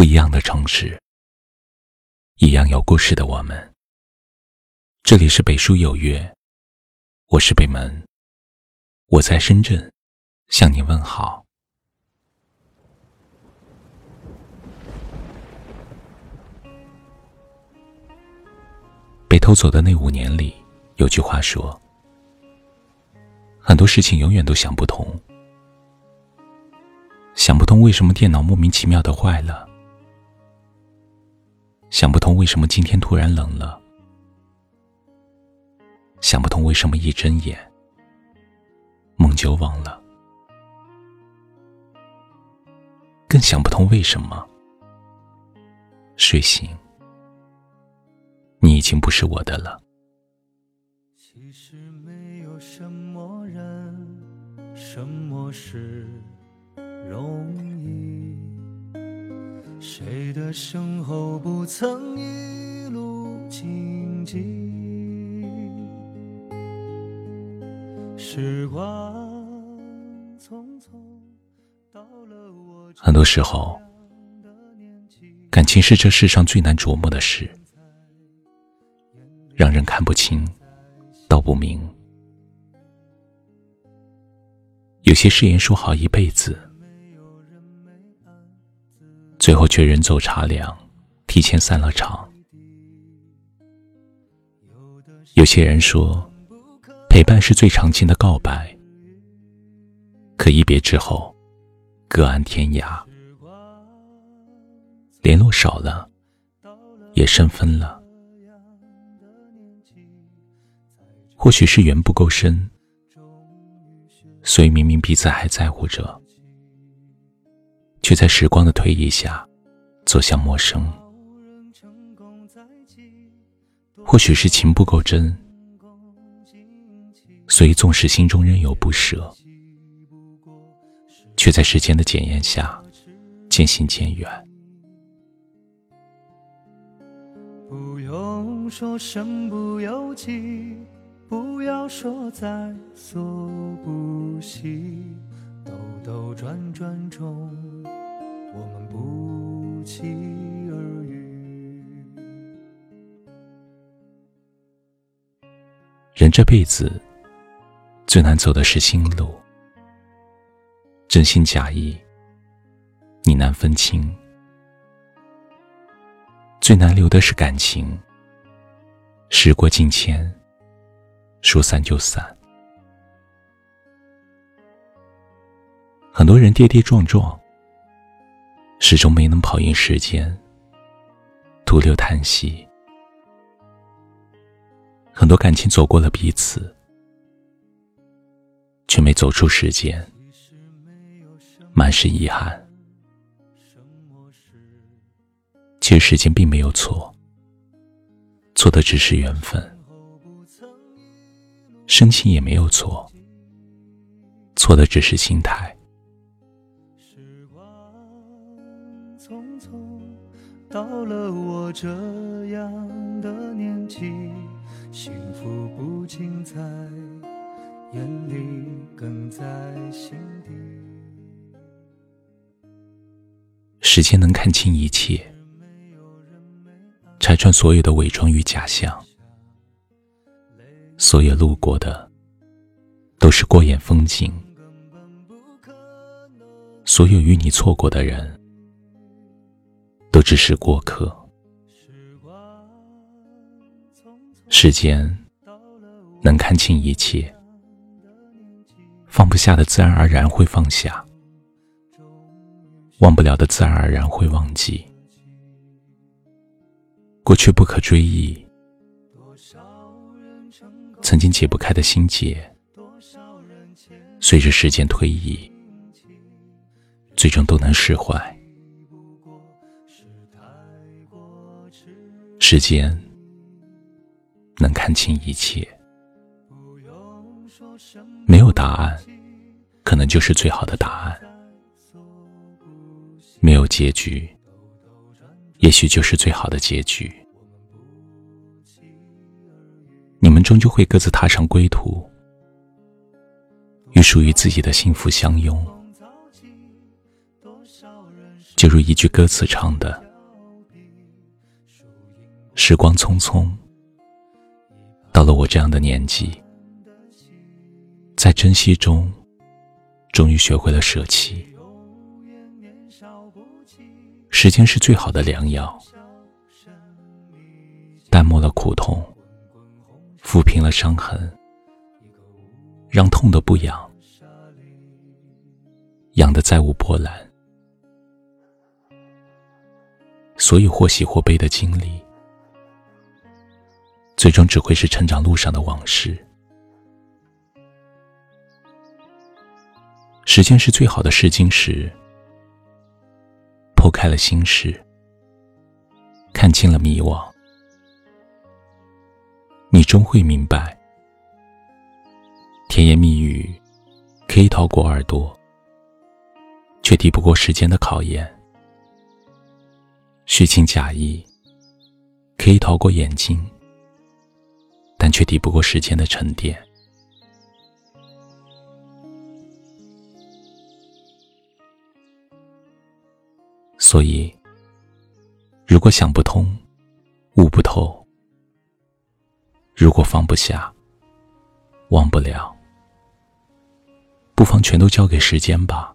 不一样的城市，一样有故事的我们。这里是北书有约，我是北门，我在深圳向你问好。被偷走的那5年里，有句话说，很多事情永远都想不通，想不通为什么电脑莫名其妙的坏了，想不通为什么今天突然冷了，想不通为什么一睁眼梦就忘了，更想不通为什么睡醒你已经不是我的了。 其实没有什么人，什么事容易，谁的身后不曾一路荆棘。时光匆匆，到了我很多时候，感情是这世上最难琢磨的事，让人看不清道不明。有些誓言说好一辈子，最后却人走茶凉，提前散了场。有些人说陪伴是最长情的告白，可一别之后各安天涯，联络少了也生分了。或许是缘不够深，所以明明彼此还在乎着，却在时光的推移下走向陌生。或许是情不够真，所以纵使心中仍有不舍，却在时间的检验下渐行渐远。 不用说身不由己，不要说在所不惜，兜兜转转中我们不期而遇。 人这辈子最难走的是心路，真心假意你难分清，最难留的是感情，时过境迁，说散就散。很多人跌跌撞撞，始终没能跑赢时间，徒留叹息。很多感情走过了彼此，却没走出时间，满是遗憾。其实时间并没有错，错的只是缘分。深情也没有错，错的只是心态。 时光匆匆，到了我这样的年纪，幸福不仅在眼里，更在心底。 时间能看清一切，拆穿所有的伪装与假象，所有路过的都是过眼风景，所有与你错过的人都只是过客。时间能看清一切，放不下的自然而然会放下，忘不了的自然而然会忘记。过去不可追忆，曾经解不开的心结，随着时间推移，最终都能释怀。时间能看清一切，没有答案，可能就是最好的答案；没有结局，也许就是最好的结局。你们终究会各自踏上归途，与属于自己的幸福相拥。 就如一句歌词唱的，时光匆匆，到了我这样的年纪，在珍惜中终于学会了舍弃。时间是最好的良药，淡漠了苦痛，抚平了伤痕，让痛的不痒，痒的再无波澜。所以或喜或悲的经历，最终只会是成长路上的往事。时间是最好的试金石，剖开了心事，看清了迷惘，你终会明白，甜言蜜语可以逃过耳朵，却抵不过时间的考验；虚情假意可以逃过眼睛，但却抵不过时间的沉淀。所以，如果想不通，悟不透，如果放不下，忘不了，不妨全都交给时间吧，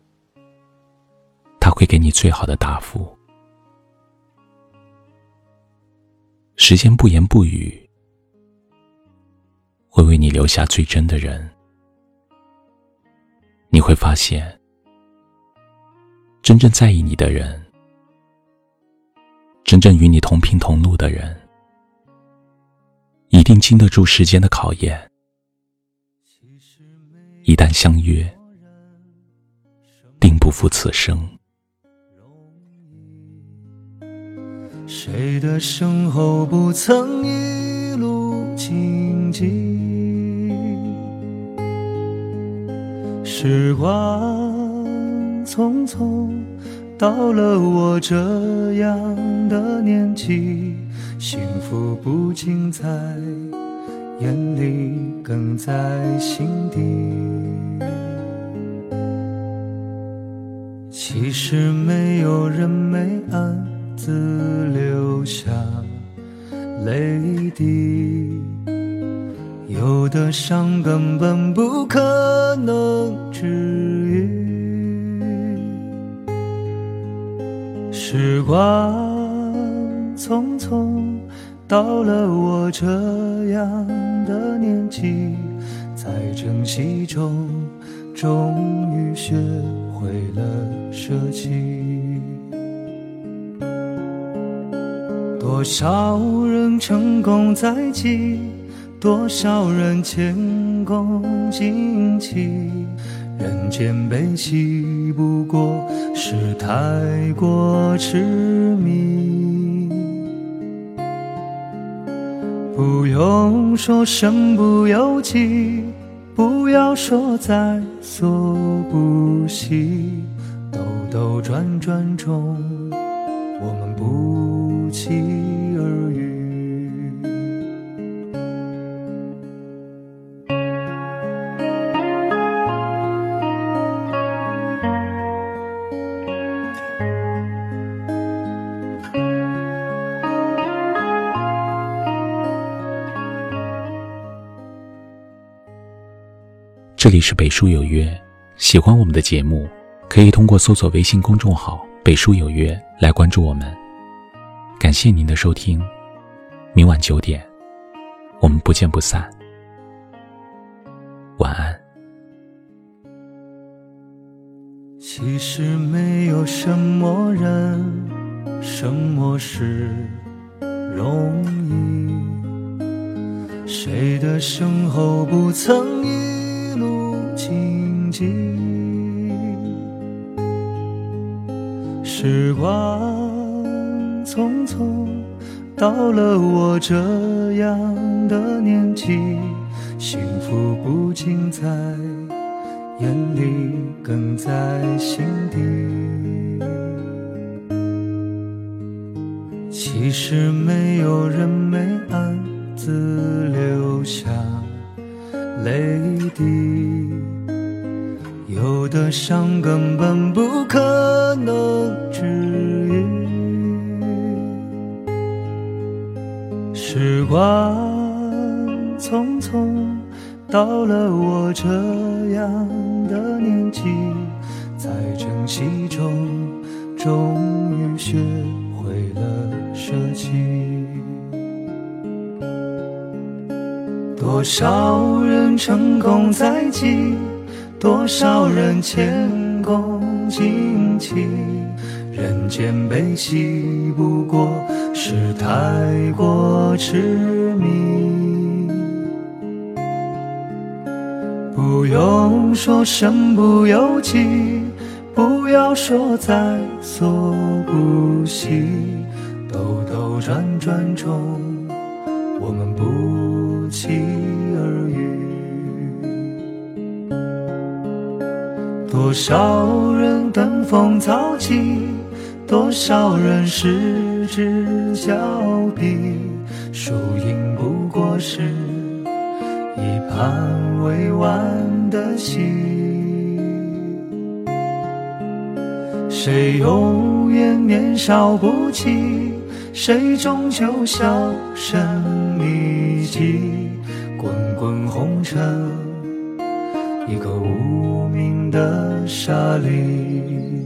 它会给你最好的答复。时间不言不语，会为你留下最真的人。你会发现，真正在意你的人，真正与你同频同路的人，一定经得住时间的考验。一旦相约，定不负此生。 谁的身后不曾一路荆棘？时光匆匆，到了我这样的年纪，幸福不仅在眼里，更在心底。其实没有人没暗自留下泪滴，有的伤根本不可能治愈。时光匆匆，到了我这样的年纪，在珍惜中终于学会了舍弃。多少人成功在即，多少人前功尽弃，人间悲喜不过是太过痴迷。不用说身不由己，不要说在所不惜，兜兜转转中我们不期而遇。 这里是北书有约，喜欢我们的节目，可以通过搜索微信公众号北书有约来关注我们。感谢您的收听，明晚9点，我们不见不散。晚安。 其实没有什么人，什么事容易，谁的身后不曾一路荆棘。时光匆匆，到了我这样的年纪，幸福不仅在眼里，更在心底。其实没有人没暗自留下泪滴， 有的伤根本不可能治愈。时光匆匆，到了我这样的年纪，在珍惜中终于学会了舍弃。多少人成功在即，多少人前功尽弃，人间悲喜不过是太过痴迷。不用说身不由己，不要说在所不惜，兜兜转转中我们不期而遇。多少人登峰造极，多少人失之交臂，输赢不过是一盘未完的戏。谁永远年少不羁，谁终究销声匿迹，滚滚红尘，一个无名的沙砾。